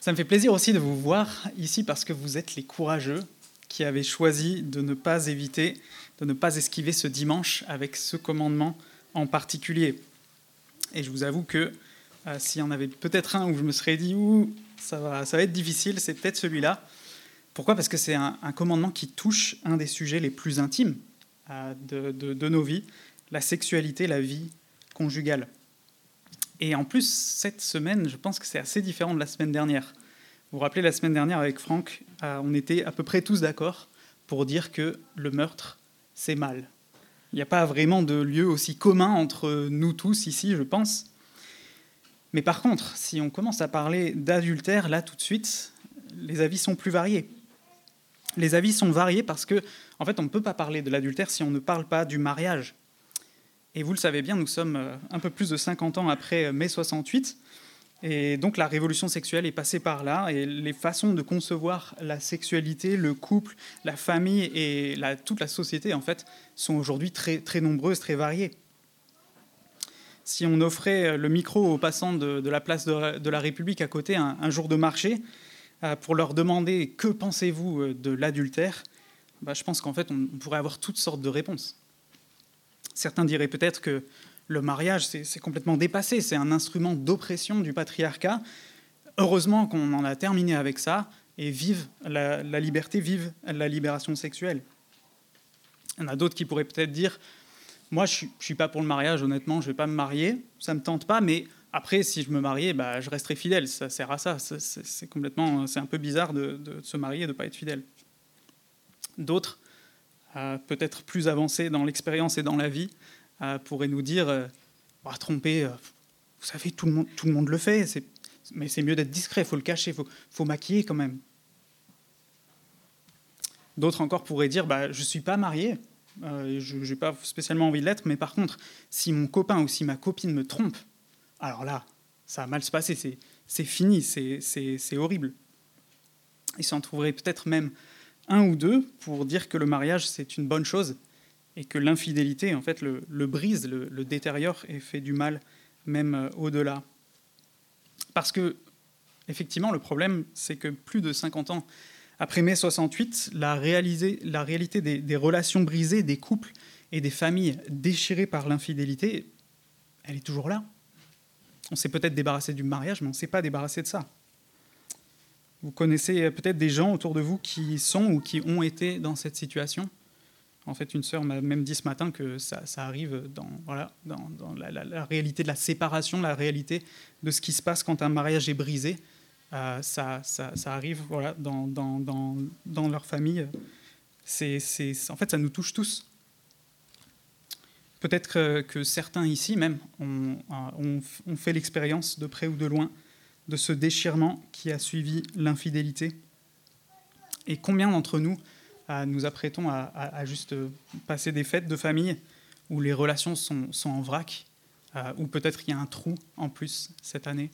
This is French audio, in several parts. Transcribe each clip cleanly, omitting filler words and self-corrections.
Ça me fait plaisir aussi de vous voir ici parce que vous êtes les courageux qui avez choisi de ne pas éviter, de ne pas esquiver ce dimanche avec ce commandement en particulier. Et je vous avoue que s'il y en avait peut-être un où je me serais dit ça va être difficile, c'est peut-être celui-là. Pourquoi ? Parce que c'est un commandement qui touche un des sujets les plus intimes de nos vies, la sexualité, la vie conjugale. Et en plus, cette semaine, je pense que c'est assez différent de la semaine dernière. Vous vous rappelez, la semaine dernière, avec Franck, on était à peu près tous d'accord pour dire que le meurtre, c'est mal. Il n'y a pas vraiment de lieu aussi commun entre nous tous ici, je pense. Mais par contre, si on commence à parler d'adultère, là, tout de suite, les avis sont plus variés. Les avis sont variés parce que, en fait, on ne peut pas parler de l'adultère si on ne parle pas du mariage. Et vous le savez bien, nous sommes un peu plus de 50 ans après mai 68, et donc la révolution sexuelle est passée par là, et les façons de concevoir la sexualité, le couple, la famille et toute la société, en fait, sont aujourd'hui très, très nombreuses, très variées. Si on offrait le micro aux passants de la place de la République à côté un jour de marché, pour leur demander « Que pensez-vous de l'adultère ?», je pense qu'en fait, on pourrait avoir toutes sortes de réponses. Certains diraient peut-être que le mariage, c'est complètement dépassé, c'est un instrument d'oppression du patriarcat. Heureusement qu'on en a terminé avec ça, et vive la liberté, vive la libération sexuelle. Il y en a d'autres qui pourraient peut-être dire « Moi, je ne suis pas pour le mariage, honnêtement, je ne vais pas me marier, ça ne me tente pas, mais après, si je me mariais, je resterai fidèle, ça sert à ça. C'est un peu bizarre de se marier et de ne pas être fidèle. » D'autres, peut-être plus avancés dans l'expérience et dans la vie, pourraient nous dire tromper, vous savez, tout le monde le fait, mais c'est mieux d'être discret, il faut le cacher, il faut maquiller quand même. D'autres encore pourraient dire je ne suis pas marié, je n'ai pas spécialement envie de l'être, mais par contre, si mon copain ou si ma copine me trompe, alors là, ça va mal se passer, c'est fini, c'est horrible. Il s'en trouverait peut-être même un ou deux pour dire que le mariage, c'est une bonne chose et que l'infidélité, en fait, le brise, le détériore et fait du mal même au-delà. Parce que, effectivement, le problème, c'est que plus de 50 ans après mai 68, la réalité des relations brisées, des couples et des familles déchirées par l'infidélité, elle est toujours là. On s'est peut-être débarrassé du mariage, mais on ne s'est pas débarrassé de ça. Vous connaissez peut-être des gens autour de vous qui sont ou qui ont été dans cette situation. En fait, une sœur m'a même dit ce matin que ça arrive dans la réalité de la séparation, la réalité de ce qui se passe quand un mariage est brisé. Ça arrive dans leur famille. En fait, ça nous touche tous. Peut-être que certains ici même ont fait l'expérience de près ou de loin de ce déchirement qui a suivi l'infidélité. Et combien d'entre nous nous apprêtons à juste passer des fêtes de famille où les relations sont en vrac, où peut-être il y a un trou en plus cette année.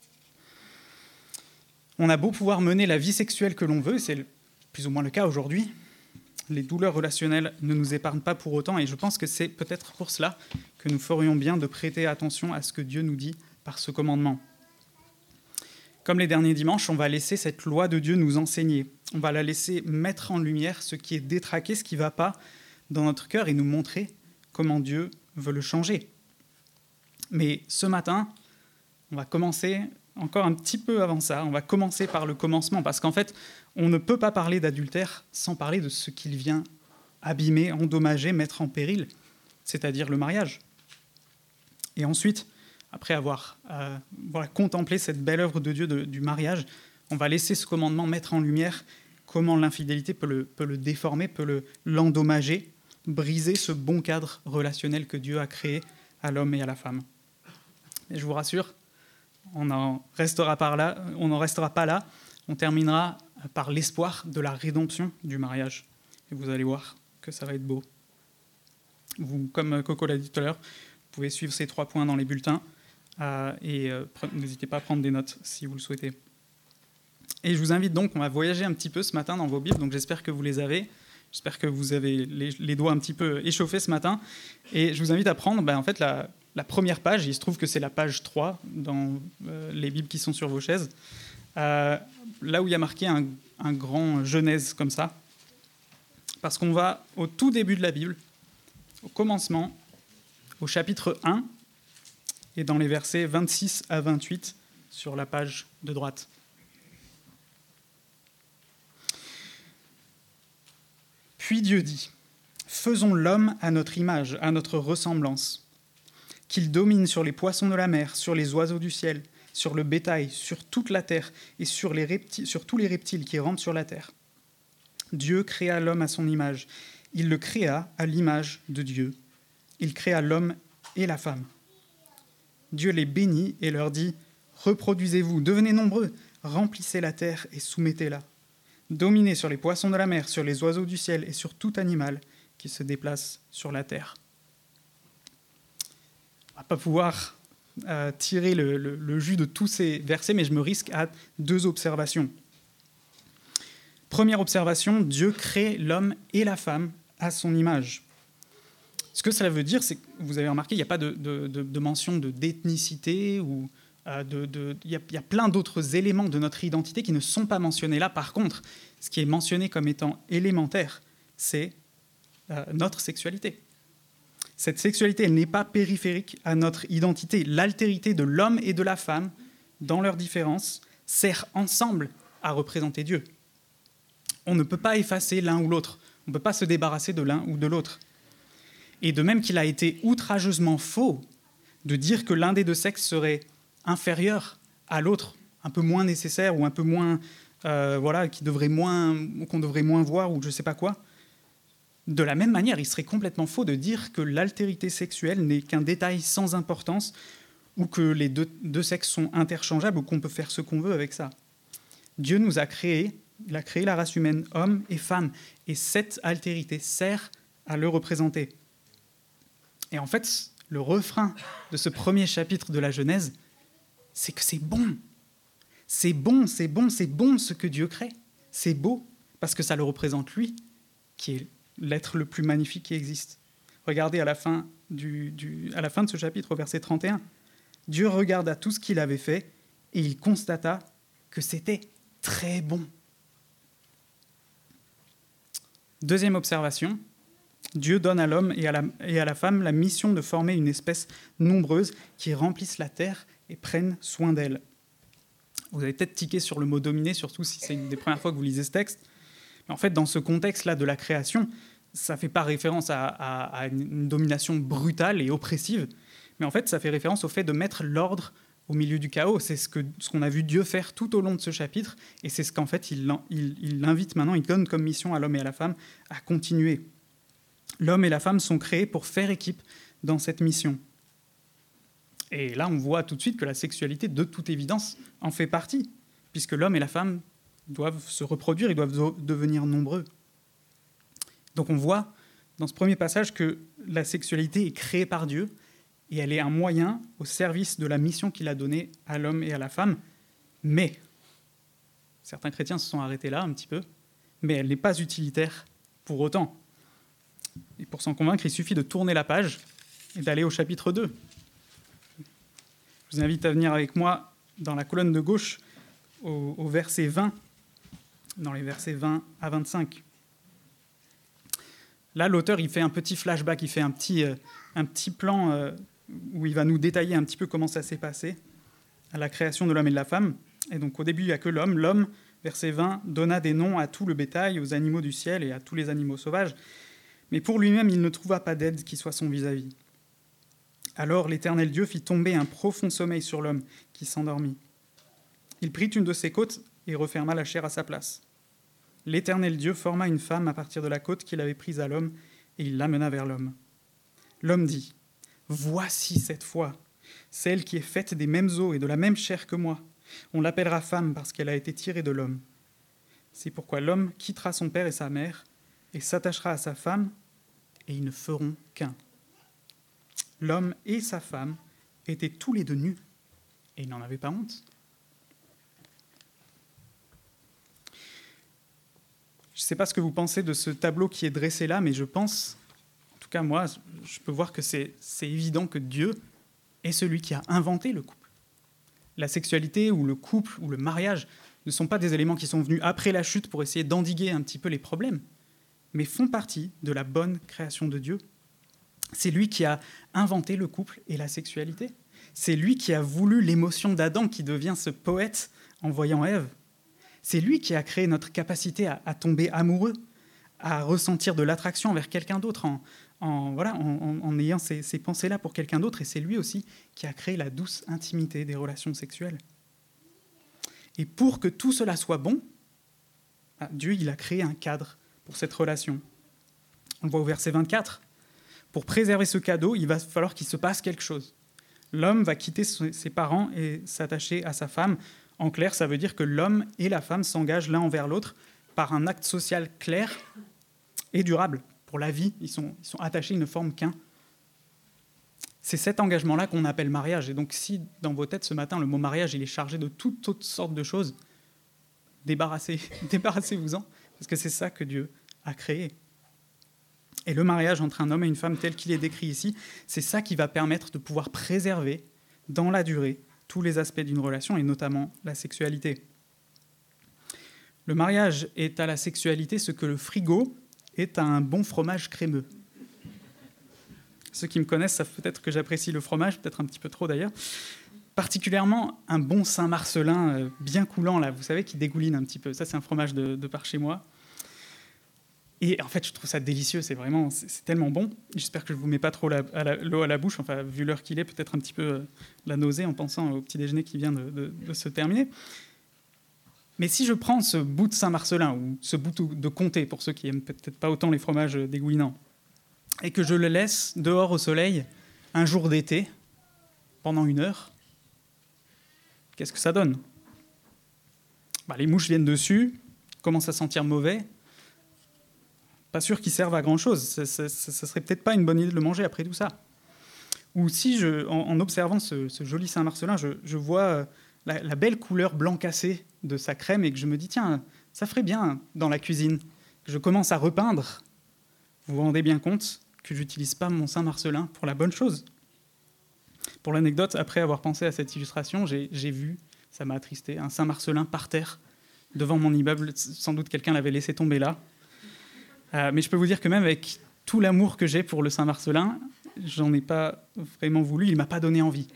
On a beau pouvoir mener la vie sexuelle que l'on veut, c'est plus ou moins le cas aujourd'hui, les douleurs relationnelles ne nous épargnent pas pour autant, et je pense que c'est peut-être pour cela que nous ferions bien de prêter attention à ce que Dieu nous dit par ce commandement. Comme les derniers dimanches, on va laisser cette loi de Dieu nous enseigner. On va la laisser mettre en lumière ce qui est détraqué, ce qui ne va pas dans notre cœur et nous montrer comment Dieu veut le changer. Mais ce matin, on va commencer encore un petit peu avant ça. On va commencer par le commencement parce qu'en fait, on ne peut pas parler d'adultère sans parler de ce qu'il vient abîmer, endommager, mettre en péril, c'est-à-dire le mariage. Et ensuite, après avoir contemplé cette belle œuvre de Dieu du mariage, on va laisser ce commandement mettre en lumière comment l'infidélité peut le déformer, peut l'endommager, briser ce bon cadre relationnel que Dieu a créé à l'homme et à la femme. Et je vous rassure, on n'en restera pas là, on terminera par l'espoir de la rédemption du mariage. Et vous allez voir que ça va être beau. Vous, comme Coco l'a dit tout à l'heure, vous pouvez suivre ces 3 points dans les bulletins et n'hésitez pas à prendre des notes si vous le souhaitez. Et je vous invite donc, on va voyager un petit peu ce matin dans vos Bibles, donc j'espère que vous les avez. J'espère que vous avez les doigts un petit peu échauffés ce matin. Et je vous invite à prendre en fait, la première page. Il se trouve que c'est la page 3 dans les Bibles qui sont sur vos chaises. là où il y a marqué un grand Genèse comme ça, parce qu'on va au tout début de la Bible, au commencement, au chapitre 1, et dans les versets 26 à 28 sur la page de droite. Puis Dieu dit, « Faisons l'homme à notre image, à notre ressemblance, qu'il domine sur les poissons de la mer, sur les oiseaux du ciel, sur le bétail, sur toute la terre et sur tous les reptiles qui rampent sur la terre. Dieu créa l'homme à son image. Il le créa à l'image de Dieu. Il créa l'homme et la femme. Dieu les bénit et leur dit, « Reproduisez-vous, devenez nombreux, remplissez la terre et soumettez-la. Dominez sur les poissons de la mer, sur les oiseaux du ciel et sur tout animal qui se déplace sur la terre. » On ne va pas pouvoir tirer le jus de tous ces versets, mais je me risque à 2 observations. Première observation, Dieu crée l'homme et la femme à son image. Ce que cela veut dire, c'est que vous avez remarqué, il n'y a pas de mention d'ethnicité ou il y a plein d'autres éléments de notre identité qui ne sont pas mentionnés là. Par contre, ce qui est mentionné comme étant élémentaire, c'est notre sexualité. Cette sexualité, elle n'est pas périphérique à notre identité. L'altérité de l'homme et de la femme, dans leurs différences, sert ensemble à représenter Dieu. On ne peut pas effacer l'un ou l'autre. On ne peut pas se débarrasser de l'un ou de l'autre. Et de même qu'il a été outrageusement faux de dire que l'un des 2 sexes serait inférieur à l'autre, un peu moins nécessaire ou un peu moins, qu'on devrait moins voir ou je ne sais pas quoi. De la même manière, il serait complètement faux de dire que l'altérité sexuelle n'est qu'un détail sans importance ou que les deux sexes sont interchangeables ou qu'on peut faire ce qu'on veut avec ça. Dieu nous a créés, il a créé la race humaine, homme et femme, et cette altérité sert à le représenter. Et en fait, le refrain de ce premier chapitre de la Genèse, c'est que c'est bon. C'est bon, c'est bon, c'est bon ce que Dieu crée. C'est beau, parce que ça le représente lui, qui est l'être le plus magnifique qui existe. Regardez à la fin de ce chapitre, au verset 31. Dieu regarda tout ce qu'il avait fait et il constata que c'était très bon. Deuxième observation, Dieu donne à l'homme et à la femme la mission de former une espèce nombreuse qui remplisse la terre et prenne soin d'elle. Vous avez peut-être tiqué sur le mot « dominer », surtout si c'est une des premières fois que vous lisez ce texte. Mais en fait, dans ce contexte-là de la création, ça ne fait pas référence à une domination brutale et oppressive, mais en fait, ça fait référence au fait de mettre l'ordre au milieu du chaos. C'est ce qu'on a vu Dieu faire tout au long de ce chapitre, et c'est ce qu'en fait, il invite maintenant, il donne comme mission à l'homme et à la femme à continuer. L'homme et la femme sont créés pour faire équipe dans cette mission. Et là, on voit tout de suite que la sexualité, de toute évidence, en fait partie, puisque l'homme et la femme doivent se reproduire, ils doivent devenir nombreux. Donc on voit dans ce premier passage que la sexualité est créée par Dieu et elle est un moyen au service de la mission qu'il a donnée à l'homme et à la femme. Mais, certains chrétiens se sont arrêtés là un petit peu, mais elle n'est pas utilitaire pour autant. Et pour s'en convaincre, il suffit de tourner la page et d'aller au chapitre 2. Je vous invite à venir avec moi dans la colonne de gauche au verset 20, dans les versets 20 à 25. Là, l'auteur, il fait un petit flashback, il fait un petit plan où il va nous détailler un petit peu comment ça s'est passé à la création de l'homme et de la femme. Et donc, au début, il n'y a que l'homme. L'homme, verset 20, donna des noms à tout le bétail, aux animaux du ciel et à tous les animaux sauvages. Mais pour lui-même, il ne trouva pas d'aide qui soit son vis-à-vis. Alors l'Éternel Dieu fit tomber un profond sommeil sur l'homme qui s'endormit. Il prit une de ses côtes et referma la chair à sa place. L'Éternel Dieu forma une femme à partir de la côte qu'il avait prise à l'homme, et il l'amena vers l'homme. L'homme dit, « Voici cette fois, celle qui est faite des mêmes os et de la même chair que moi. On l'appellera femme parce qu'elle a été tirée de l'homme. C'est pourquoi l'homme quittera son père et sa mère, et s'attachera à sa femme, et ils ne feront qu'un. » L'homme et sa femme étaient tous les deux nus, et ils n'en avaient pas honte. Je ne sais pas ce que vous pensez de ce tableau qui est dressé là, mais je pense, en tout cas moi, je peux voir que c'est évident que Dieu est celui qui a inventé le couple. La sexualité ou le couple ou le mariage ne sont pas des éléments qui sont venus après la chute pour essayer d'endiguer un petit peu les problèmes, mais font partie de la bonne création de Dieu. C'est lui qui a inventé le couple et la sexualité. C'est lui qui a voulu l'émotion d'Adam qui devient ce poète en voyant Ève. C'est lui qui a créé notre capacité à tomber amoureux, à ressentir de l'attraction envers quelqu'un d'autre en ayant ces pensées-là pour quelqu'un d'autre. Et c'est lui aussi qui a créé la douce intimité des relations sexuelles. Et pour que tout cela soit bon, Dieu il a créé un cadre pour cette relation. On le voit au verset 24. Pour préserver ce cadeau, il va falloir qu'il se passe quelque chose. L'homme va quitter ses parents et s'attacher à sa femme. En clair, ça veut dire que l'homme et la femme s'engagent l'un envers l'autre par un acte social clair et durable. Pour la vie, ils sont attachés, ils ne forment qu'un. C'est cet engagement-là qu'on appelle mariage. Et donc si dans vos têtes ce matin, le mot mariage il est chargé de toutes autres sortes de choses, débarrassez-vous-en, parce que c'est ça que Dieu a créé. Et le mariage entre un homme et une femme tel qu'il est décrit ici, c'est ça qui va permettre de pouvoir préserver dans la durée tous les aspects d'une relation, et notamment la sexualité. Le mariage est à la sexualité ce que le frigo est à un bon fromage crémeux. Ceux qui me connaissent savent peut-être que j'apprécie le fromage, peut-être un petit peu trop d'ailleurs. Particulièrement un bon Saint-Marcelin bien coulant, là, vous savez, qui dégouline un petit peu. Ça, c'est un fromage de par chez moi. Et en fait, je trouve ça délicieux, c'est tellement bon. J'espère que je ne vous mets pas trop l'eau à la bouche, enfin, vu l'heure qu'il est, peut-être un petit peu la nausée en pensant au petit déjeuner qui vient de se terminer. Mais si je prends ce bout de Saint-Marcelin, ou ce bout de comté, pour ceux qui n'aiment peut-être pas autant les fromages dégoulinants, et que je le laisse dehors au soleil, un jour d'été, pendant 1 heure, qu'est-ce que ça donne ? Les mouches viennent dessus, commencent à sentir mauvais. Pas sûr qu'ils servent à grand-chose. Ça serait peut-être pas une bonne idée de le manger après tout ça. Ou si, en observant ce joli Saint-Marcelin, je vois la belle couleur blanc cassé de sa crème et que je me dis, tiens, ça ferait bien dans la cuisine. Que je commence à repeindre. Vous vous rendez bien compte que je n'utilise pas mon Saint-Marcelin pour la bonne chose. Pour l'anecdote, après avoir pensé à cette illustration, j'ai vu, ça m'a attristé, un Saint-Marcelin par terre devant mon immeuble. Sans doute quelqu'un l'avait laissé tomber là. Mais je peux vous dire que même avec tout l'amour que j'ai pour le Saint-Marcelin, j'en ai pas vraiment voulu, il ne m'a pas donné envie.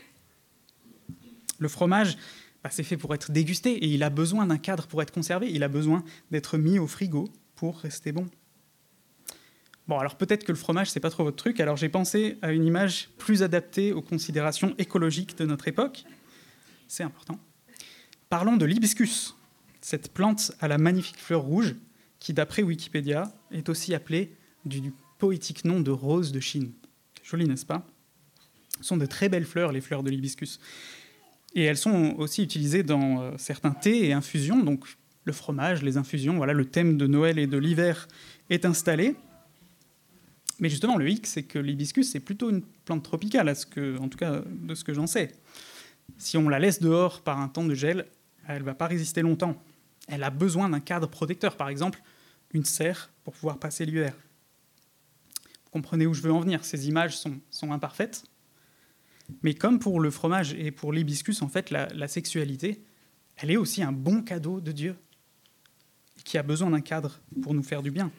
Le fromage, c'est fait pour être dégusté et il a besoin d'un cadre pour être conservé, il a besoin d'être mis au frigo pour rester bon. Bon, alors peut-être que le fromage, c'est pas trop votre truc, alors j'ai pensé à une image plus adaptée aux considérations écologiques de notre époque. C'est important. Parlons de l'hibiscus, cette plante à la magnifique fleur rouge, qui, d'après Wikipédia, est aussi appelée du poétique nom de rose de Chine. Joli, n'est-ce pas ? Ce sont de très belles fleurs, les fleurs de l'hibiscus. Et elles sont aussi utilisées dans certains thés et infusions, donc le fromage, les infusions, voilà, le thème de Noël et de l'hiver est installé. Mais justement, le hic, c'est que l'hibiscus, c'est plutôt une plante tropicale, en tout cas de ce que j'en sais. Si on la laisse dehors par un temps de gel, elle ne va pas résister longtemps. Elle a besoin d'un cadre protecteur, par exemple une serre pour pouvoir passer l'hiver. Vous comprenez où je veux en venir, ces images sont imparfaites. Mais comme pour le fromage et pour l'hibiscus, en fait, la sexualité, elle est aussi un bon cadeau de Dieu qui a besoin d'un cadre pour nous faire du bien.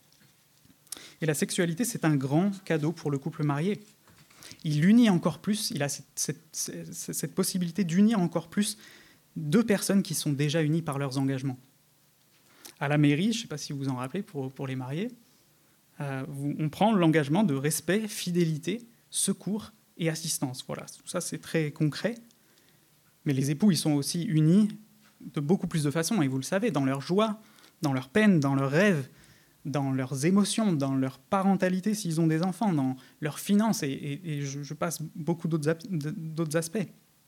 Et la sexualité, c'est un grand cadeau pour le couple marié. Il unit encore plus, il a cette possibilité d'unir encore plus 2 personnes qui sont déjà unies par leurs engagements. À la mairie, je ne sais pas si vous vous en rappelez, pour les mariés, on prend l'engagement de respect, fidélité, secours et assistance. Voilà, tout ça c'est très concret. Mais les époux, ils sont aussi unis de beaucoup plus de façons, et vous le savez, dans leur joie, dans leur peine, dans leurs rêves, dans leurs émotions, dans leur parentalité s'ils ont des enfants, dans leurs finances, et je passe beaucoup d'autres aspects.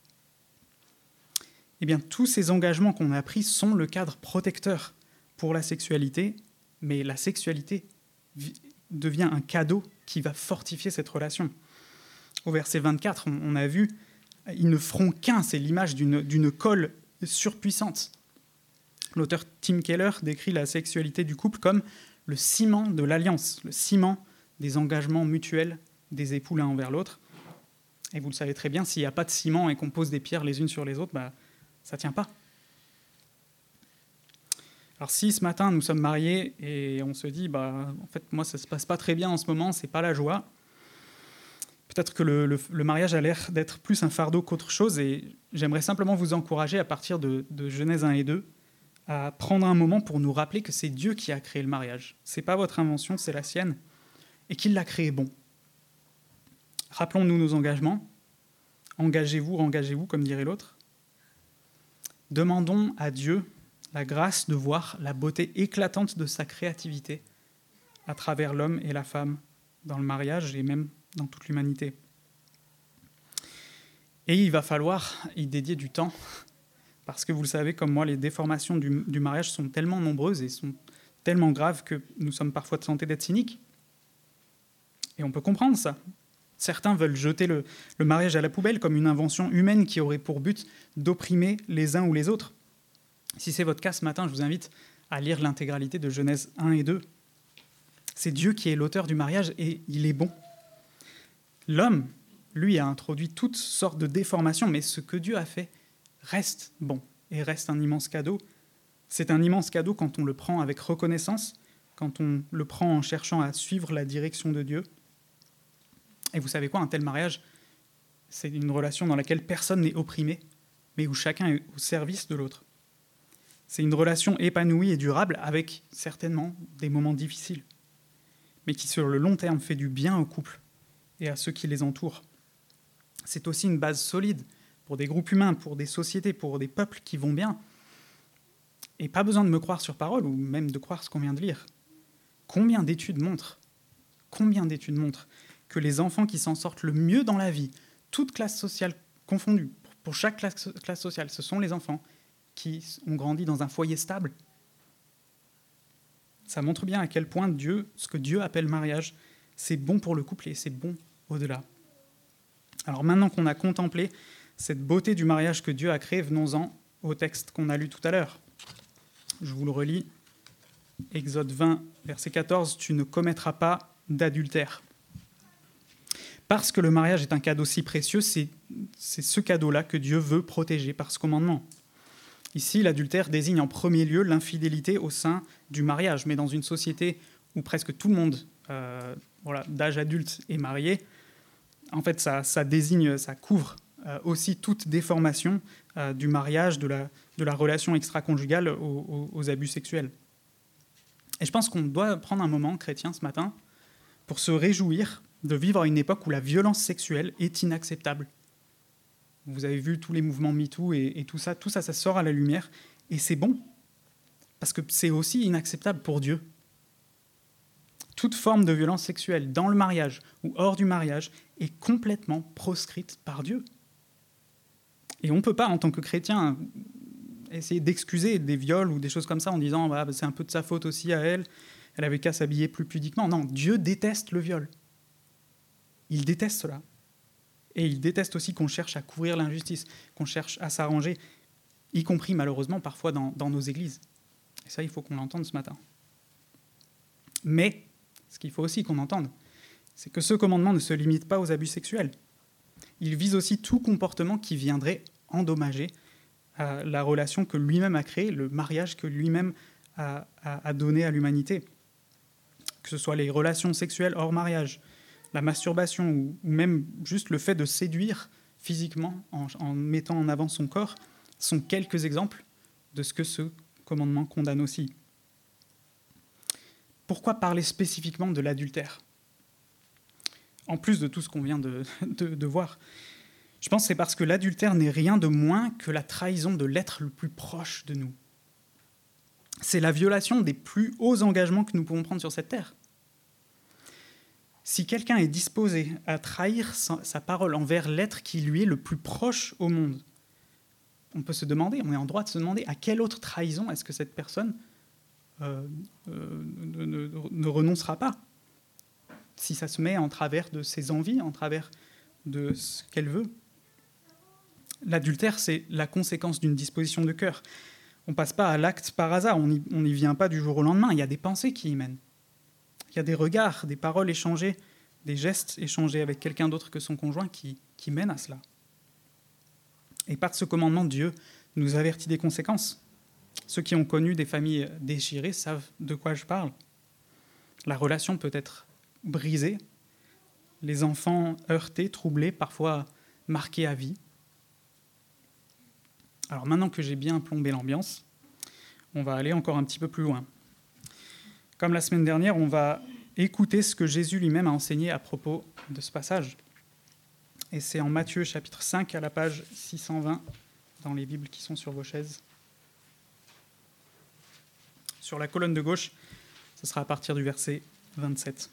Eh bien, tous ces engagements qu'on a pris sont le cadre protecteur pour la sexualité, mais la sexualité devient un cadeau qui va fortifier cette relation. Au verset 24, on a vu, ils ne feront qu'un, c'est l'image d'une colle surpuissante. L'auteur Tim Keller décrit la sexualité du couple comme le ciment de l'alliance, le ciment des engagements mutuels des époux l'un envers l'autre. Et vous le savez très bien, s'il n'y a pas de ciment et qu'on pose des pierres les unes sur les autres, ça ne tient pas. Alors si ce matin nous sommes mariés et on se dit, en fait moi ça ne se passe pas très bien en ce moment, c'est pas la joie, peut-être que le mariage a l'air d'être plus un fardeau qu'autre chose, et j'aimerais simplement vous encourager à partir de Genèse 1 et 2 à prendre un moment pour nous rappeler que c'est Dieu qui a créé le mariage. Ce n'est pas votre invention, c'est la sienne, et qu'il l'a créé bon. Rappelons-nous nos engagements. Engagez-vous, engagez-vous, comme dirait l'autre. Demandons à Dieu la grâce de voir la beauté éclatante de sa créativité à travers l'homme et la femme dans le mariage et même dans toute l'humanité. Et il va falloir y dédier du temps, parce que vous le savez comme moi, les déformations du mariage sont tellement nombreuses et sont tellement graves que nous sommes parfois tentés d'être cyniques. Et on peut comprendre ça. Certains veulent jeter le mariage à la poubelle comme une invention humaine qui aurait pour but d'opprimer les uns ou les autres. Si c'est votre cas ce matin, je vous invite à lire l'intégralité de Genèse 1 et 2. C'est Dieu qui est l'auteur du mariage et il est bon. L'homme, lui, a introduit toutes sortes de déformations, mais ce que Dieu a fait reste bon et reste un immense cadeau. C'est un immense cadeau quand on le prend avec reconnaissance, quand on le prend en cherchant à suivre la direction de Dieu. Et vous savez quoi, un tel mariage, c'est une relation dans laquelle personne n'est opprimé, mais où chacun est au service de l'autre. C'est une relation épanouie et durable avec certainement des moments difficiles, mais qui sur le long terme fait du bien au couple et à ceux qui les entourent. C'est aussi une base solide pour des groupes humains, pour des sociétés, pour des peuples qui vont bien. Et pas besoin de me croire sur parole ou même de croire ce qu'on vient de lire. Combien d'études montrent que les enfants qui s'en sortent le mieux dans la vie, toutes classes sociales confondues, pour chaque classe sociale, ce sont les enfants qui ont grandi dans un foyer stable. Ça montre bien à quel point ce que Dieu appelle mariage, c'est bon pour le couple et c'est bon au-delà. Alors maintenant qu'on a contemplé cette beauté du mariage que Dieu a créé, venons-en au texte qu'on a lu tout à l'heure. Je vous le relis. Exode 20, verset 14, « Tu ne commettras pas d'adultère ». Parce que le mariage est un cadeau si précieux, c'est ce cadeau-là que Dieu veut protéger par ce commandement. Ici, l'adultère désigne en premier lieu l'infidélité au sein du mariage, mais dans une société où presque tout le monde d'âge adulte est marié, en fait, ça couvre aussi toute déformation du mariage, de la relation extra-conjugale aux abus sexuels. Et je pense qu'on doit prendre un moment, chrétien, ce matin, pour se réjouir de vivre à une époque où la violence sexuelle est inacceptable. Vous avez vu tous les mouvements MeToo et tout ça, ça sort à la lumière, et c'est bon, parce que c'est aussi inacceptable pour Dieu. Toute forme de violence sexuelle dans le mariage ou hors du mariage est complètement proscrite par Dieu. Et on ne peut pas, en tant que chrétien, essayer d'excuser des viols ou des choses comme ça en disant c'est un peu de sa faute aussi à elle, elle avait qu'à s'habiller plus pudiquement. Non, Dieu déteste le viol. Il déteste cela. Et il déteste aussi qu'on cherche à couvrir l'injustice, qu'on cherche à s'arranger, y compris malheureusement parfois dans nos églises. Et ça, il faut qu'on l'entende ce matin. Mais ce qu'il faut aussi qu'on entende, c'est que ce commandement ne se limite pas aux abus sexuels. Il vise aussi tout comportement qui viendrait endommager la relation que lui-même a créée, le mariage que lui-même a donné à l'humanité. Que ce soit les relations sexuelles hors mariage, la masturbation ou même juste le fait de séduire physiquement en mettant en avant son corps, sont quelques exemples de ce que ce commandement condamne aussi. Pourquoi parler spécifiquement de l'adultère ? En plus de tout ce qu'on vient de voir, je pense que c'est parce que l'adultère n'est rien de moins que la trahison de l'être le plus proche de nous. C'est la violation des plus hauts engagements que nous pouvons prendre sur cette terre. Si quelqu'un est disposé à trahir sa parole envers l'être qui lui est le plus proche au monde, on peut se demander, on est en droit de se demander à quelle autre trahison est-ce que cette personne ne renoncera pas, si ça se met en travers de ses envies, en travers de ce qu'elle veut. L'adultère, c'est la conséquence d'une disposition de cœur. On ne passe pas à l'acte par hasard, on n'y vient pas du jour au lendemain, il y a des pensées qui y mènent. Il y a des regards, des paroles échangées des gestes échangés avec quelqu'un d'autre que son conjoint qui mènent à cela. Et par ce commandement, Dieu nous avertit des conséquences. Ceux qui ont connu des familles déchirées savent de quoi je parle. La relation peut être brisée, les enfants heurtés, troublés, parfois marqués à vie. Alors maintenant que j'ai bien plombé l'ambiance, on va aller encore un petit peu plus loin. Comme la semaine dernière, on va écouter ce que Jésus lui-même a enseigné à propos de ce passage. Et c'est en Matthieu chapitre 5 à la page 620 dans les Bibles qui sont sur vos chaises. Sur la colonne de gauche, ce sera à partir du verset 27.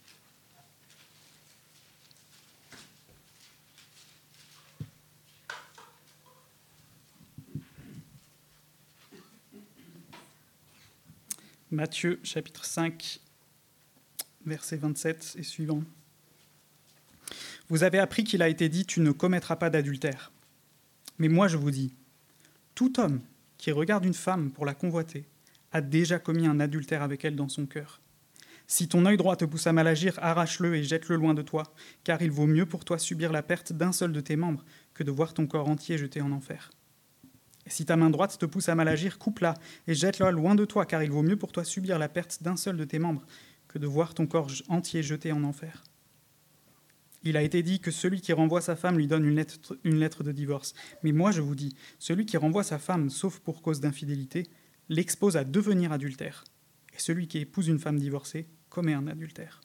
Matthieu chapitre 5, verset 27 et suivant. Vous avez appris qu'il a été dit « Tu ne commettras pas d'adultère ». Mais moi je vous dis, tout homme qui regarde une femme pour la convoiter a déjà commis un adultère avec elle dans son cœur. Si ton œil droit te pousse à mal agir, arrache-le et jette-le loin de toi, car il vaut mieux pour toi subir la perte d'un seul de tes membres que de voir ton corps entier jeté en enfer. Et si ta main droite te pousse à mal agir, coupe-la et jette-la loin de toi, car il vaut mieux pour toi subir la perte d'un seul de tes membres que de voir ton corps entier jeté en enfer. Il a été dit que celui qui renvoie sa femme lui donne une lettre de divorce. Mais moi, je vous dis, celui qui renvoie sa femme, sauf pour cause d'infidélité, l'expose à devenir adultère. Et celui qui épouse une femme divorcée commet un adultère.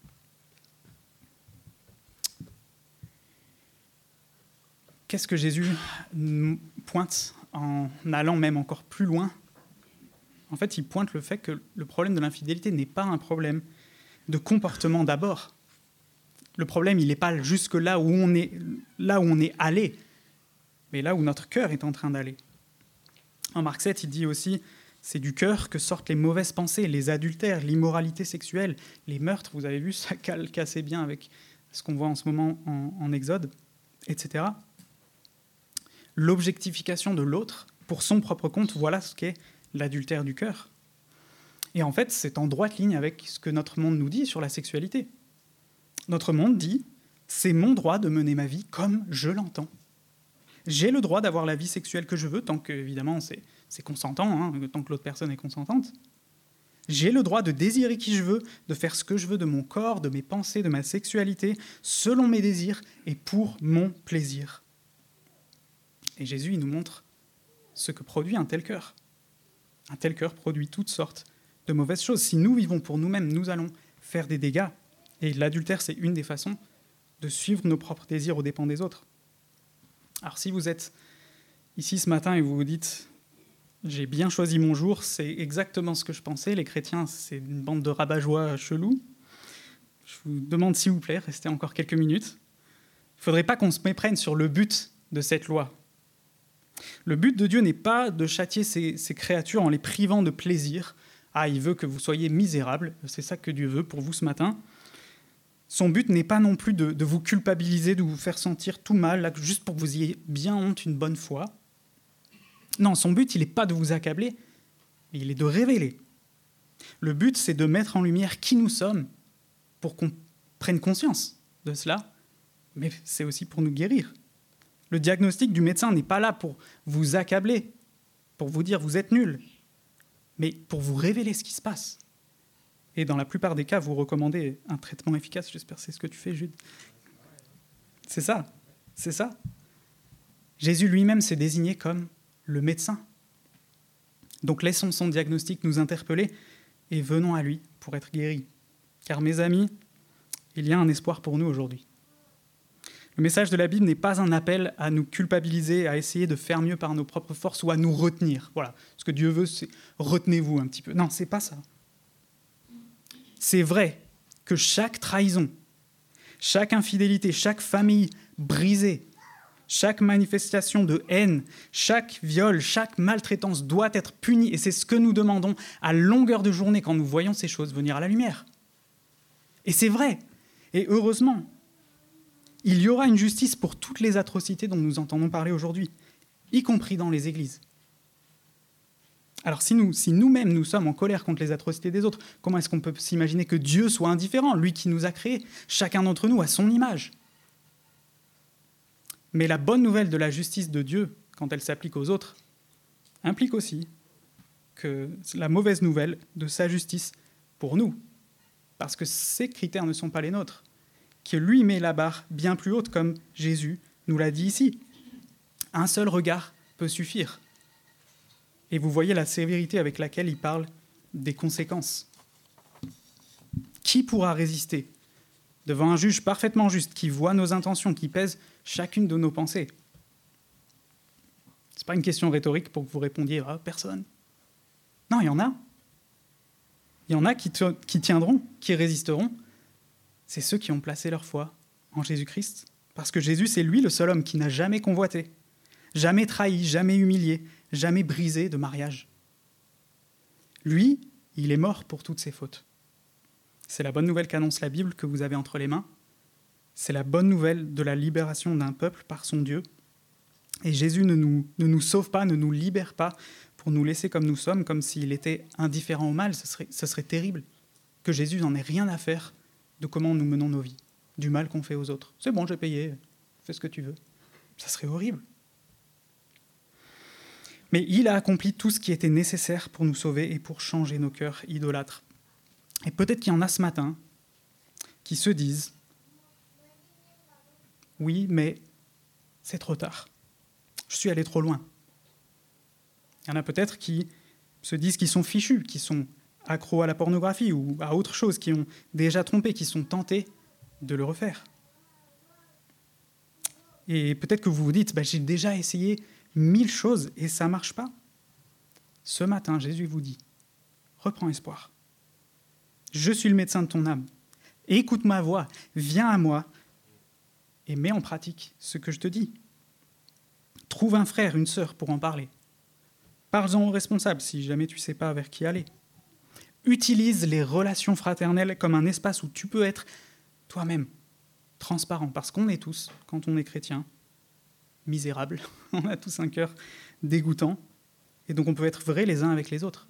Qu'est-ce que Jésus pointe en allant même encore plus loin? En fait, il pointe le fait que le problème de l'infidélité n'est pas un problème de comportement d'abord. Le problème, il n'est pas jusque là où on est allé, mais là où notre cœur est en train d'aller. En Marc 7, il dit aussi, c'est du cœur que sortent les mauvaises pensées, les adultères, l'immoralité sexuelle, les meurtres. Vous avez vu, ça calque assez bien avec ce qu'on voit en ce moment en Exode, etc. L'objectification de l'autre pour son propre compte, voilà ce qu'est l'adultère du cœur. Et en fait, c'est en droite ligne avec ce que notre monde nous dit sur la sexualité. Notre monde dit, c'est mon droit de mener ma vie comme je l'entends. J'ai le droit d'avoir la vie sexuelle que je veux, tant que, évidemment, c'est consentant, tant que l'autre personne est consentante. J'ai le droit de désirer qui je veux, de faire ce que je veux de mon corps, de mes pensées, de ma sexualité, selon mes désirs et pour mon plaisir. Et Jésus, il nous montre ce que produit un tel cœur. Un tel cœur produit toutes sortes de mauvaises choses. Si nous vivons pour nous-mêmes, nous allons faire des dégâts. Et l'adultère, c'est une des façons de suivre nos propres désirs aux dépens des autres. Alors si vous êtes ici ce matin et vous vous dites « J'ai bien choisi mon jour, c'est exactement ce que je pensais, les chrétiens, c'est une bande de rabat-joie chelous », je vous demande s'il vous plaît, restez encore quelques minutes. Il ne faudrait pas qu'on se méprenne sur le but de cette loi. Le but de Dieu n'est pas de châtier ses créatures en les privant de plaisir. Ah, il veut que vous soyez misérables, c'est ça que Dieu veut pour vous ce matin. Son but n'est pas non plus de vous culpabiliser, de vous faire sentir tout mal, là, juste pour que vous ayez bien honte une bonne fois. Non, son but, il n'est pas de vous accabler, mais il est de révéler. Le but, c'est de mettre en lumière qui nous sommes pour qu'on prenne conscience de cela, mais c'est aussi pour nous guérir. Le diagnostic du médecin n'est pas là pour vous accabler, pour vous dire vous êtes nul, mais pour vous révéler ce qui se passe. Et dans la plupart des cas, vous recommandez un traitement efficace. J'espère que c'est ce que tu fais, Jude. C'est ça. Jésus lui-même s'est désigné comme le médecin. Donc laissons son diagnostic nous interpeller et venons à lui pour être guéris. Car mes amis, il y a un espoir pour nous aujourd'hui. Le message de la Bible n'est pas un appel à nous culpabiliser, à essayer de faire mieux par nos propres forces ou à nous retenir. Voilà, ce que Dieu veut, c'est retenez-vous un petit peu. Non, c'est pas ça. C'est vrai que chaque trahison, chaque infidélité, chaque famille brisée, chaque manifestation de haine, chaque viol, chaque maltraitance doit être punie. Et c'est ce que nous demandons à longueur de journée quand nous voyons ces choses venir à la lumière. Et c'est vrai. Et heureusement, il y aura une justice pour toutes les atrocités dont nous entendons parler aujourd'hui, y compris dans les églises. Alors si nous-mêmes nous sommes en colère contre les atrocités des autres, comment est-ce qu'on peut s'imaginer que Dieu soit indifférent, lui qui nous a créés, chacun d'entre nous à son image? Mais la bonne nouvelle de la justice de Dieu, quand elle s'applique aux autres, implique aussi que la mauvaise nouvelle de sa justice pour nous, parce que ces critères ne sont pas les nôtres, que lui met la barre bien plus haute, comme Jésus nous l'a dit ici. Un seul regard peut suffire. Et vous voyez la sévérité avec laquelle il parle des conséquences. Qui pourra résister devant un juge parfaitement juste, qui voit nos intentions, qui pèse chacune de nos pensées? Ce n'est pas une question rhétorique pour que vous répondiez « Ah, personne ». Non, il y en a. Il y en a qui tiendront, qui résisteront. C'est ceux qui ont placé leur foi en Jésus-Christ. Parce que Jésus, c'est lui le seul homme qui n'a jamais convoité, jamais trahi, jamais humilié, jamais brisé de mariage. Lui, il est mort pour toutes ses fautes. C'est la bonne nouvelle qu'annonce la Bible que vous avez entre les mains. C'est la bonne nouvelle de la libération d'un peuple par son Dieu. Et Jésus ne nous sauve pas, ne nous libère pas pour nous laisser comme nous sommes, comme s'il était indifférent au mal. Ce serait terrible que Jésus n'en ait rien à faire de comment nous menons nos vies, du mal qu'on fait aux autres. C'est bon, j'ai payé, fais ce que tu veux. Ça serait horrible. Mais il a accompli tout ce qui était nécessaire pour nous sauver et pour changer nos cœurs idolâtres. Et peut-être qu'il y en a ce matin qui se disent « Oui, mais c'est trop tard. Je suis allé trop loin. » Il y en a peut-être qui se disent qu'ils sont fichus, qui sont accros à la pornographie ou à autre chose, qui ont déjà trompé, qui sont tentés de le refaire. Et peut-être que vous vous dites, j'ai déjà essayé 1000 choses et ça ne marche pas. Ce matin, Jésus vous dit, reprends espoir. Je suis le médecin de ton âme. Écoute ma voix, viens à moi et mets en pratique ce que je te dis. Trouve un frère, une sœur pour en parler. Parle-en aux responsables si jamais tu ne sais pas vers qui aller. Utilise les relations fraternelles comme un espace où tu peux être toi-même, transparent, parce qu'on est tous, quand on est chrétien, misérables. On a tous un cœur dégoûtant, et donc on peut être vrais les uns avec les autres.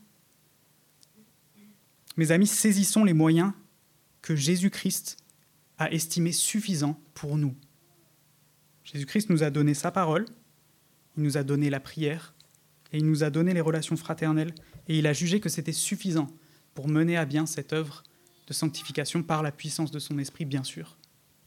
Mes amis, saisissons les moyens que Jésus-Christ a estimés suffisants pour nous. Jésus-Christ nous a donné sa parole, il nous a donné la prière, et il nous a donné les relations fraternelles, et il a jugé que c'était suffisant pour mener à bien cette œuvre de sanctification par la puissance de son esprit, bien sûr.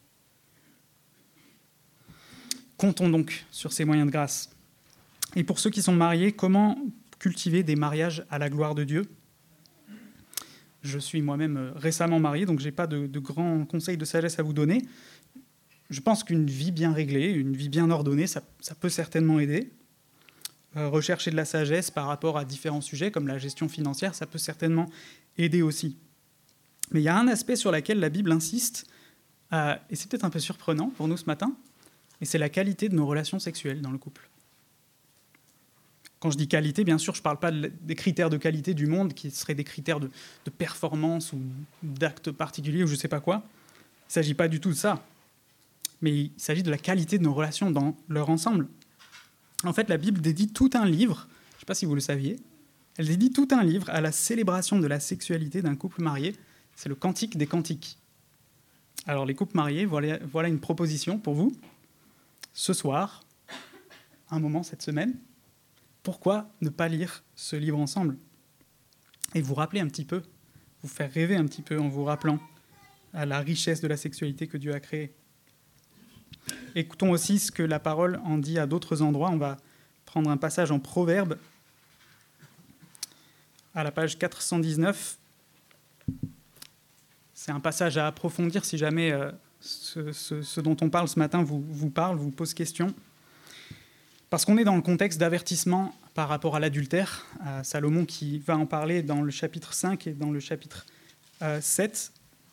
Comptons donc sur ces moyens de grâce. Et pour ceux qui sont mariés, comment cultiver des mariages à la gloire de Dieu ? Je suis moi-même récemment marié, donc je n'ai pas de grands conseils de sagesse à vous donner. Je pense qu'une vie bien réglée, une vie bien ordonnée, ça peut certainement aider. Rechercher de la sagesse par rapport à différents sujets, comme la gestion financière, ça peut certainement aider aussi. Mais il y a un aspect sur lequel la Bible insiste, et c'est peut-être un peu surprenant pour nous ce matin, et c'est la qualité de nos relations sexuelles dans le couple. Quand je dis qualité, bien sûr, je ne parle pas des critères de qualité du monde, qui seraient des critères de performance ou d'actes particuliers ou je ne sais pas quoi. Il ne s'agit pas du tout de ça. Mais il s'agit de la qualité de nos relations dans leur ensemble. En fait, la Bible dédie tout un livre, je ne sais pas si vous le saviez, elle dédie tout un livre à la célébration de la sexualité d'un couple marié. C'est le Cantique des Cantiques. Alors, les couples mariés, voilà une proposition pour vous. Ce soir, un moment cette semaine, pourquoi ne pas lire ce livre ensemble et vous rappeler un petit peu, vous faire rêver un petit peu en vous rappelant à la richesse de la sexualité que Dieu a créée. Écoutons aussi ce que la parole en dit à d'autres endroits. On va prendre un passage en Proverbes, à la page 419. C'est un passage à approfondir si jamais ce dont on parle ce matin vous parle, vous pose question. Parce qu'on est dans le contexte d'avertissement par rapport à l'adultère. Salomon qui va en parler dans le chapitre 5 et dans le chapitre 7.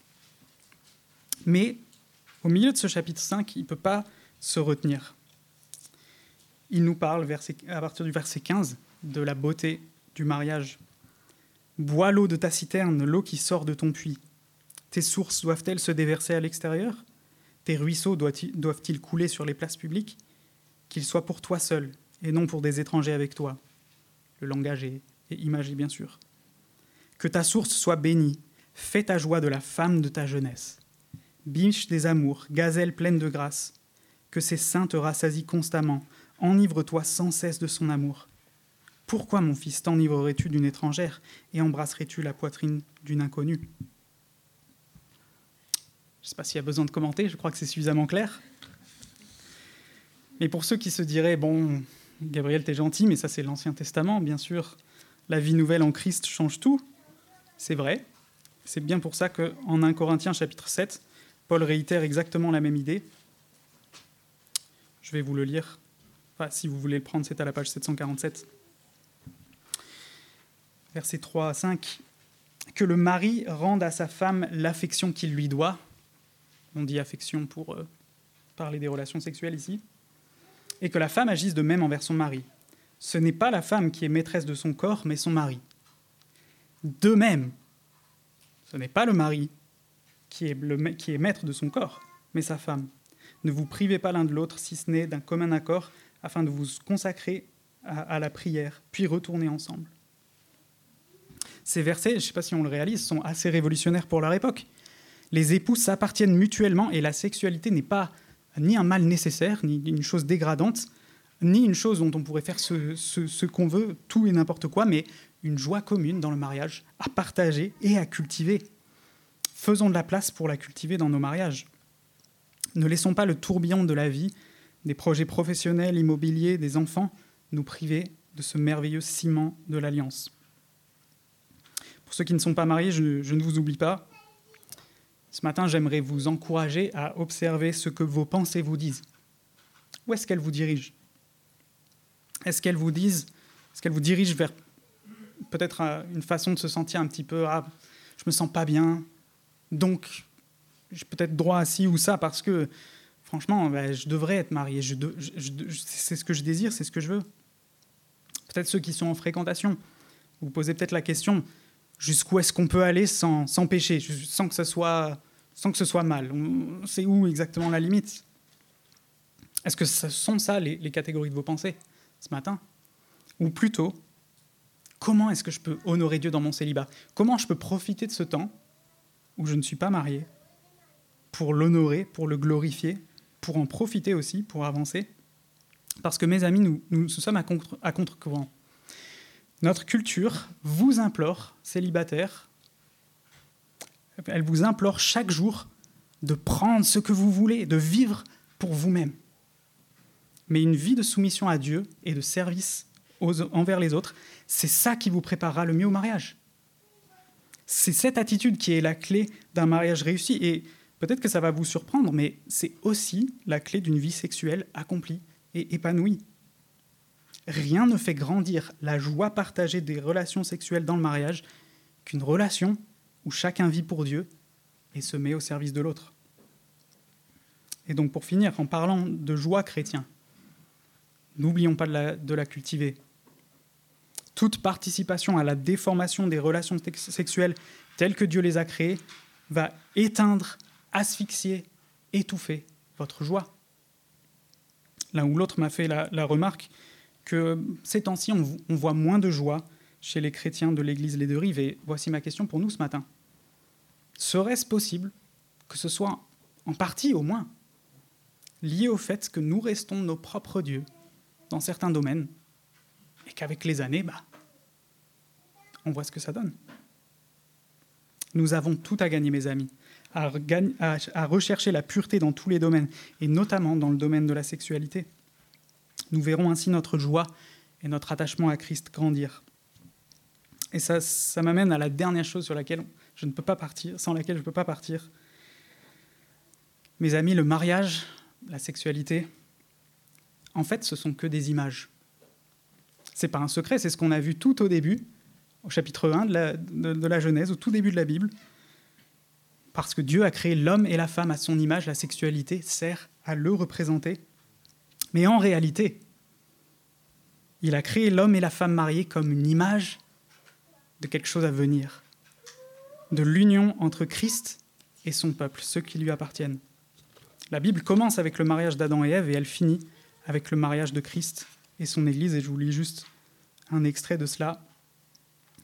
Mais au milieu de ce chapitre 5, il ne peut pas se retenir. Il nous parle, à partir du verset 15, de la beauté du mariage. « Bois l'eau de ta citerne, l'eau qui sort de ton puits. Tes sources doivent-elles se déverser à l'extérieur ? Tes ruisseaux doivent-ils couler sur les places publiques ? Qu'ils soient pour toi seul, et non pour des étrangers avec toi. » Le langage est et imagée bien sûr. Que ta source soit bénie, fais ta joie de la femme de ta jeunesse. Biche des amours, gazelle pleine de grâce, que ses seins te rassasient constamment, enivre-toi sans cesse de son amour. Pourquoi, mon fils, t'enivrerais-tu d'une étrangère et embrasserais-tu la poitrine d'une inconnue ? Je ne sais pas s'il y a besoin de commenter, je crois que c'est suffisamment clair. Mais pour ceux qui se diraient, bon, Gabriel, t'es gentil, mais ça c'est l'Ancien Testament, bien sûr, la vie nouvelle en Christ change tout, c'est vrai. C'est bien pour ça qu'en 1 Corinthiens chapitre 7, Paul réitère exactement la même idée. Je vais vous le lire. Enfin, si vous voulez le prendre, c'est à la page 747. Versets 3 à 5. « Que le mari rende à sa femme l'affection qu'il lui doit. » On dit affection pour parler des relations sexuelles ici. « Et que la femme agisse de même envers son mari. Ce n'est pas la femme qui est maîtresse de son corps, mais son mari. De même, ce n'est pas le mari qui est maître de son corps, mais sa femme. Ne vous privez pas l'un de l'autre, si ce n'est d'un commun accord, afin de vous consacrer à la prière, puis retourner ensemble. » Ces versets, je ne sais pas si on le réalise, sont assez révolutionnaires pour leur époque. Les époux s'appartiennent mutuellement et la sexualité n'est pas ni un mal nécessaire, ni une chose dégradante, ni une chose dont on pourrait faire ce qu'on veut, tout et n'importe quoi, mais une joie commune dans le mariage, à partager et à cultiver. Faisons de la place pour la cultiver dans nos mariages. Ne laissons pas le tourbillon de la vie, des projets professionnels, immobiliers, des enfants, nous priver de ce merveilleux ciment de l'alliance. Pour ceux qui ne sont pas mariés, je ne vous oublie pas. Ce matin, j'aimerais vous encourager à observer ce que vos pensées vous disent. Où est-ce qu'elles vous dirigent ? Est-ce qu'elles vous dirigent vers peut-être une façon de se sentir un petit peu « Ah, je me sens pas bien, donc j'ai peut-être droit à ci ou ça parce que franchement, je devrais être marié, c'est ce que je désire, c'est ce que je veux. » Peut-être ceux qui sont en fréquentation, vous posez peut-être la question « Jusqu'où est-ce qu'on peut aller sans pécher, sans que ce soit mal ? C'est où exactement la limite ? » Est-ce que ce sont ça les catégories de vos pensées ce matin ? Ou plutôt, comment est-ce que je peux honorer Dieu dans mon célibat ? Comment je peux profiter de ce temps où je ne suis pas marié pour l'honorer, pour le glorifier, pour en profiter aussi, pour avancer ? Parce que mes amis, nous sommes à contre-courant. Notre culture vous implore, célibataires, elle vous implore chaque jour de prendre ce que vous voulez, de vivre pour vous-même. Mais une vie de soumission à Dieu et de service envers les autres, c'est ça qui vous préparera le mieux au mariage. C'est cette attitude qui est la clé d'un mariage réussi. Et peut-être que ça va vous surprendre, mais c'est aussi la clé d'une vie sexuelle accomplie et épanouie. Rien ne fait grandir la joie partagée des relations sexuelles dans le mariage qu'une relation où chacun vit pour Dieu et se met au service de l'autre. Et donc pour finir, en parlant de joie chrétien, n'oublions pas de la cultiver. Toute participation à la déformation des relations sexuelles telles que Dieu les a créées va éteindre, asphyxier, étouffer votre joie. L'un ou l'autre m'a fait la remarque que ces temps-ci, on voit moins de joie chez les chrétiens de l'Église Les Deux Rives. Et voici ma question pour nous ce matin. Serait-ce possible que ce soit, en partie au moins, lié au fait que nous restons nos propres dieux dans certains domaines et qu'avec les années, on voit ce que ça donne. Nous avons tout à gagner, mes amis, à rechercher la pureté dans tous les domaines, et notamment dans le domaine de la sexualité. Nous verrons ainsi notre joie et notre attachement à Christ grandir. Et ça m'amène à la dernière chose sur laquelle je ne peux pas partir, sans laquelle je ne peux pas partir. Mes amis, le mariage, la sexualité, en fait, ce sont que des images. Ce n'est pas un secret, c'est ce qu'on a vu tout au début, au chapitre 1 de la Genèse, au tout début de la Bible. Parce que Dieu a créé l'homme et la femme à son image, la sexualité sert à le représenter. Mais en réalité, il a créé l'homme et la femme mariés comme une image de quelque chose à venir, de l'union entre Christ et son peuple, ceux qui lui appartiennent. La Bible commence avec le mariage d'Adam et Ève et elle finit avec le mariage de Christ et son Église. Et je vous lis juste un extrait de cela.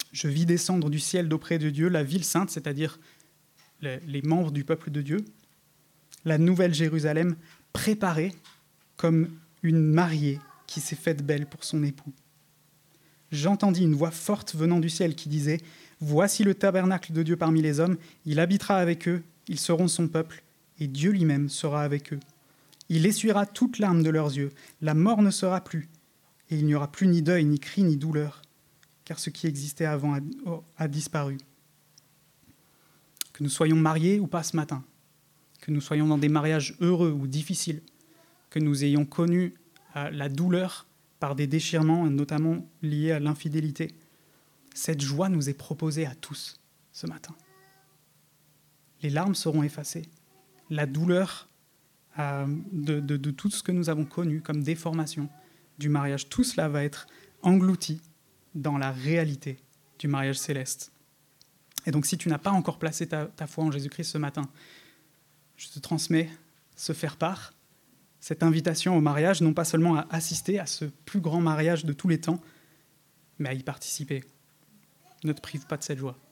Je vis descendre du ciel d'auprès de Dieu la ville sainte, c'est-à-dire les membres du peuple de Dieu, la nouvelle Jérusalem préparée comme une mariée qui s'est faite belle pour son époux. J'entendis une voix forte venant du ciel qui disait « Voici le tabernacle de Dieu parmi les hommes, il habitera avec eux, ils seront son peuple, et Dieu lui-même sera avec eux. Il essuiera toute larme de leurs yeux, la mort ne sera plus, et il n'y aura plus ni deuil, ni cri, ni douleur, car ce qui existait avant a disparu. » Que nous soyons mariés ou pas ce matin, que nous soyons dans des mariages heureux ou difficiles, que nous ayons connu la douleur par des déchirements, notamment liés à l'infidélité, cette joie nous est proposée à tous ce matin. Les larmes seront effacées. La douleur de tout ce que nous avons connu comme déformation du mariage, tout cela va être englouti dans la réalité du mariage céleste. Et donc si tu n'as pas encore placé ta foi en Jésus-Christ ce matin, je te transmets ce faire-part, cette invitation au mariage, non pas seulement à assister à ce plus grand mariage de tous les temps, mais à y participer. Ne te prive pas de cette joie.